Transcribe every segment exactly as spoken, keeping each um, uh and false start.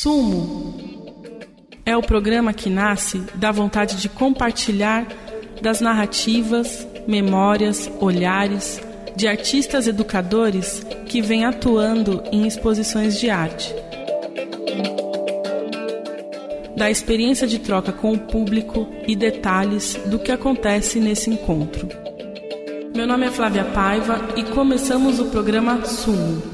Sumo é o programa que nasce da vontade de compartilhar das narrativas, memórias, olhares de artistas educadores que vêm atuando em exposições de arte. Da experiência de troca com o público e detalhes do que acontece nesse encontro. Meu nome é Flávia Paiva e começamos o programa Sumo.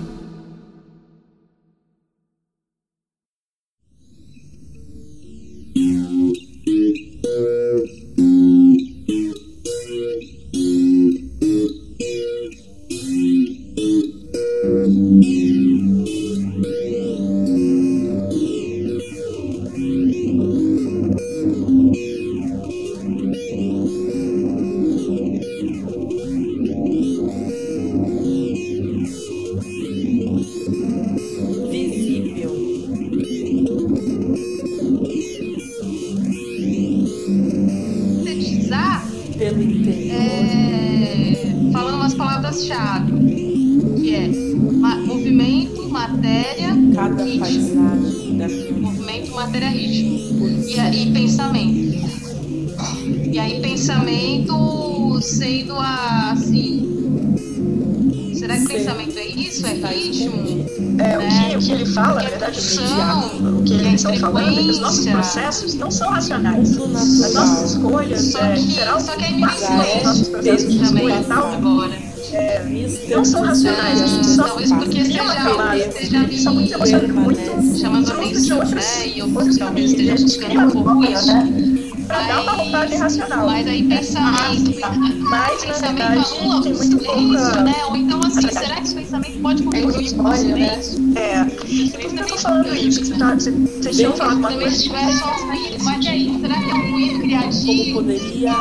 Processos não são racionais. As nossas escolhas, é, em geral, só que aí os nossos processos de escolha e tal, é, não são racionais. A gente só talvez porque cria uma seja, camada, esteja que são muito emocionantes, muito chamando fruto de atenção, outros, né? E outros talvez caminhos. A esteja gente cria buscando um um pouco apoio, isso. né? Para dar uma roupagem racional. Mas aí pensamento, mas, pensamento na verdade, anula tem o muito silêncio, pouca... né? Ou então assim, será que esse pensamento pode contribuir com o silêncio? É, e por que eu tô falando isso? Você tá, você, vocês tinham falado uma Também coisa... se tiver só os ruídos, mas e aí, será que é um ruído criativo? Como poderia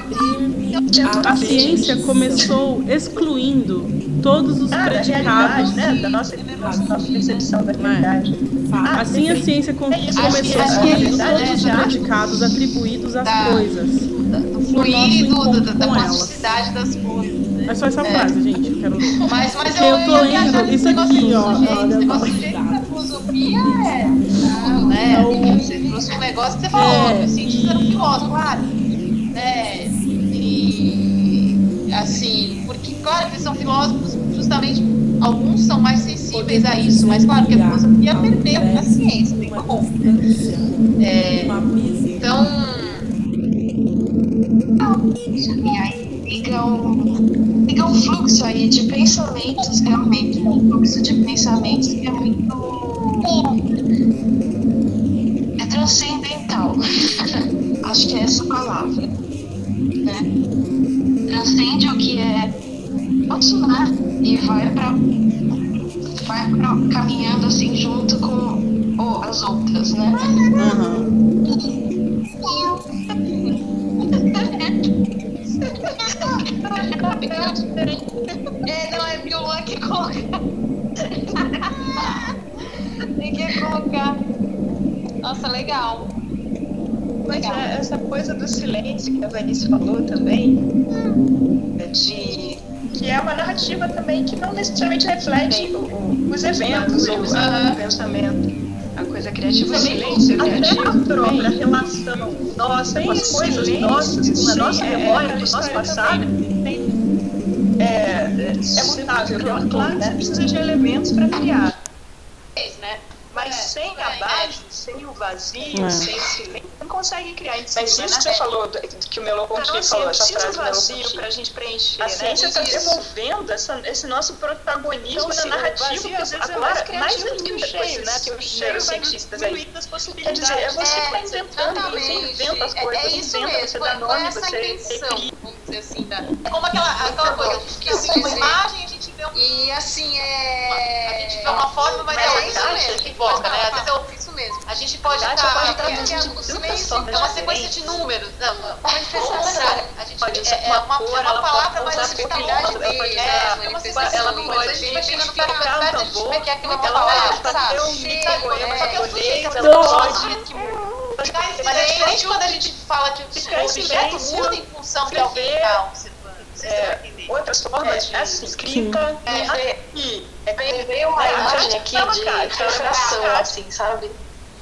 abrir... A ciência começou excluindo todos os ah, predicados, da né? Da nossa, nossa, nossa percepção da realidade. Ah, assim a ciência com, é isso, começou a excluir todos os predicados atribuídos às da, coisas. Do fluido, da, da plasticidade das coisas. Né? É só essa é. frase, gente. Eu quero ler. Mas, mas eu, eu tô lendo isso aqui, ó. Esse negócio do jeito da filosofia é. Não, né? Então, você trouxe um negócio que você falou, é, os cientistas eram filósofos, claro. Né? E assim, porque, claro, eles são filósofos, justamente alguns são mais sensíveis a isso, mas claro que a filosofia perdeu a ciência, tem como. É, então. E aí liga um, liga um fluxo aí de pensamentos, realmente, um fluxo de pensamentos que é muito é transcendental. Acho que é essa palavra, né? Transcende o que é nosso, né? E vai para vai pra, caminhando assim junto com oh, as outras, né? Uhum. É, não, é violão que coloca. Tem que colocar. Nossa, legal. Mas é, essa coisa do silêncio que a Vanice falou também, de que é uma narrativa também que não necessariamente reflete o, o, os eventos ou o pensamento. A coisa criativa, o silêncio até criativo. A própria relação nossa com as coisas nossas, com a nossa memória, com o nosso passado, é, é, é mutável, é claro, né? Precisa de elementos para criar. Né? Mas é, sem a base, é. sem o vazio, é. sem o silêncio, não consegue criar. Mas isso que você falou, que o Merleau-Ponty falou, essa frase vazio para a gente preencher. A né? ciência está devolvendo essa, esse nosso protagonismo então, na narrativa, que às vezes agora é mais ainda que o cheio, né? Que os neurocientistas aí. Quer dizer, é você que está inventando, você inventa as coisas, é, é você inventa, você dá nome, você cria. Vamos dizer assim, da... é como aquela, aquela coisa, que se uma imagem a gente vê um... E assim, é... A gente vê uma forma, mas é isso mesmo que invoca, né? Às vezes eu isso mesmo. A gente pode estar... O silêncio é uma sequência de números, não, uma manifestação. A gente pode é, é uma, cor, é uma palavra, mas a gente está longe dele, é, é uma sensação. Ela pode, a gente vai chegando perto, a gente vê que é aquilo que ela palavra, sabe? Chega, só que eu fui ela pode... Mas é diferente quando a gente fala que o objeto muda em função de alguém que está observando. É, outras formas de assim, escrita, é, é, é, veio uma imagem aqui de refração, assim, sabe?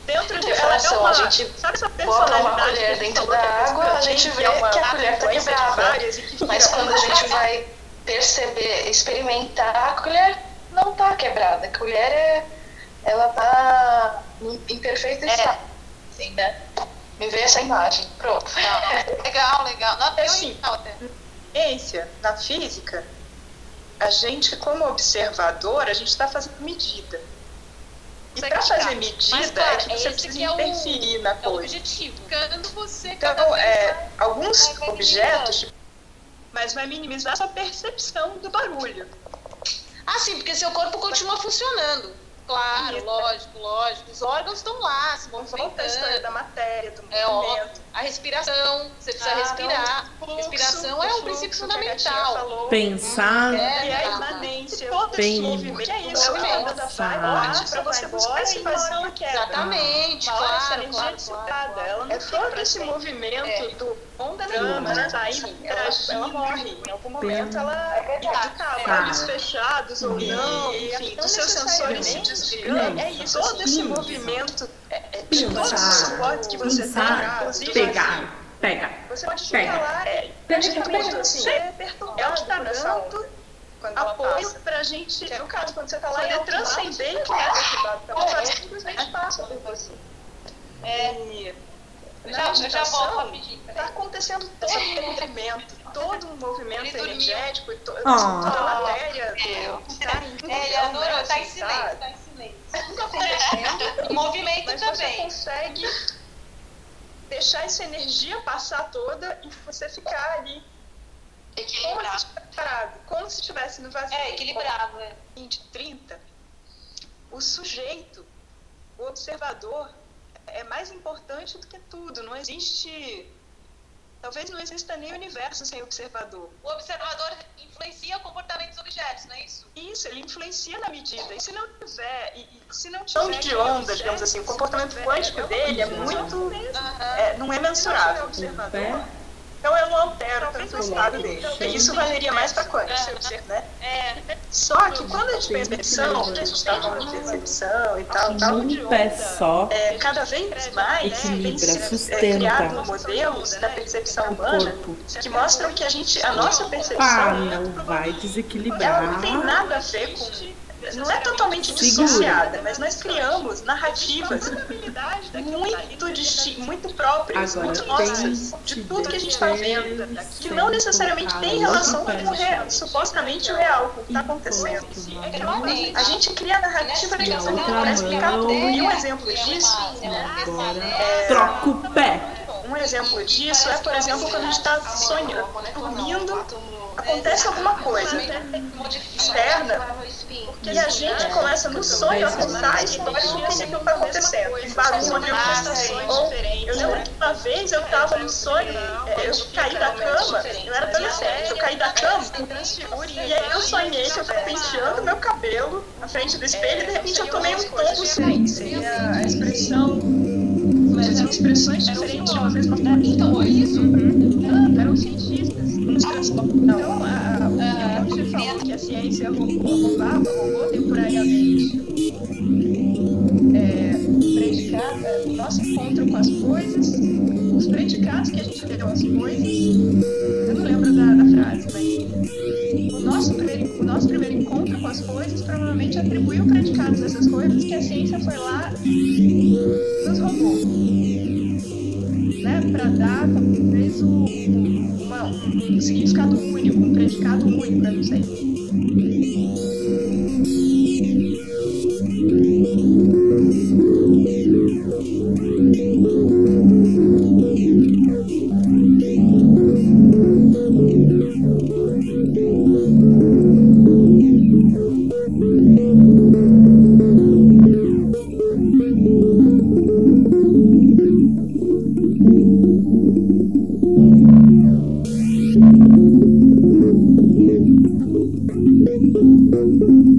dentro de ela é uma, a gente sabe essa bota uma colher dentro da água, a gente vê que a colher está quebrada. Mas quando a gente vai perceber, experimentar, a colher não está quebrada. A colher é, ela está em perfeito estado. É. Sim, né? Me vê essa imagem. Pronto. Não, legal, legal. Não, é assim, na ciência, na física, a gente, como observador, a gente está fazendo medida. E para fazer medida, mas, claro, é que você precisa que é interferir o, na coisa. É o objetivo. Quando você então, é, vai, alguns vai objetos, mas vai minimizar a sua percepção do barulho. Ah, sim, porque seu corpo continua funcionando. Claro, isso, lógico, lógico. Os órgãos estão lá, se movimentando. A história da matéria, do é movimento. Ó, a respiração, você precisa ah, respirar. Não, fluxo, respiração é um princípio fundamental. Falou, Pensar. É, e a imanência. Todo esse movimento. É isso, é a onda vai embora para você buscar esse vazio na queda. Exatamente, uma claro, claro, claro. Ela não é todo esse movimento é. do onda nenhuma, né? Tá indo, ela, ela morre. Em algum momento ela é de olhos fechados ou não, enfim, dos seus sensores se desligando. É isso, todo esse movimento de todo esse suporte que você tem, inclusive pegar, pega, você pode ficar lá, é praticamente assim, é perturbado nessa onda. Apoio pra gente, no caso, quando você tá lá, é transcendente, né? Ela simplesmente passa por você. É. Já, já, já volto rapidinho. Está acontecendo todo um movimento, todo um movimento energético, e to, oh. toda a matéria. Está é, ele adorou, está em silêncio, está em silêncio. Está acontecendo. Movimento mas também. Você consegue deixar essa energia passar toda e você ficar ali. Equilibrado. Parado, como se estivesse no vazio. É, equilibrado, é. vinte, trinta, o sujeito, o observador, é mais importante do que tudo. Não existe... Talvez não exista nem universo sem observador. O observador influencia o comportamento dos objetos, não é isso? Isso, ele influencia na medida. E se não tiver... E, e se não tiver de onda, digamos assim, o comportamento quântico dele é muito... Uhum. É, não é mensurável. Observador. Então eu não altero tanto o estado dele. Isso valeria mais para quântico, né? É. Só que quando a gente pensa em percepção, a gente está falando de percepção e tal, tal, um pé só, é, cada vez mais equilibra, é, sustenta, é, criado modelos da percepção humana que mostram que a gente, a nossa percepção, ah, não vai desequilibrar. Ela não tem nada a ver com... Não é totalmente dissociada, mas nós criamos narrativas muito, disti- muito próprias, agora, muito nossas, de tudo que a gente está vendo, que não necessariamente tem relação com o real, supostamente o real, com o que está acontecendo. A gente cria narrativa de tudo para explicar tudo. E um exemplo disso é... Troca o pé. Um exemplo disso é, por exemplo, quando a gente está sonhando, dormindo, acontece alguma coisa externa, e a gente começa no sonho a contar a história do que aquilo está acontecendo. Em barulho, ou eu lembro que uma vez eu estava no sonho, eu caí da cama, eu era adolescente, eu caí da cama, e aí eu sonhei que eu estava penteando meu cabelo na frente do espelho e de repente eu tomei um tombo. Seria a expressão, mas eram expressões diferentes de uma mesma coisa. Então, é isso? Não, eram cientistas. Então, a, você falou que a ciência roubava, roubou temporariamente é, predicada, o nosso encontro com as coisas, os predicados que a gente deu às coisas, eu não lembro da, da frase, mas o nosso, primeiro, o nosso primeiro encontro com as coisas provavelmente atribuiu predicados a essas coisas que a ciência foi lá e nos roubou. Né, para dar talvez um, uma, um significado único, um predicado único, eu não sei. Thank you.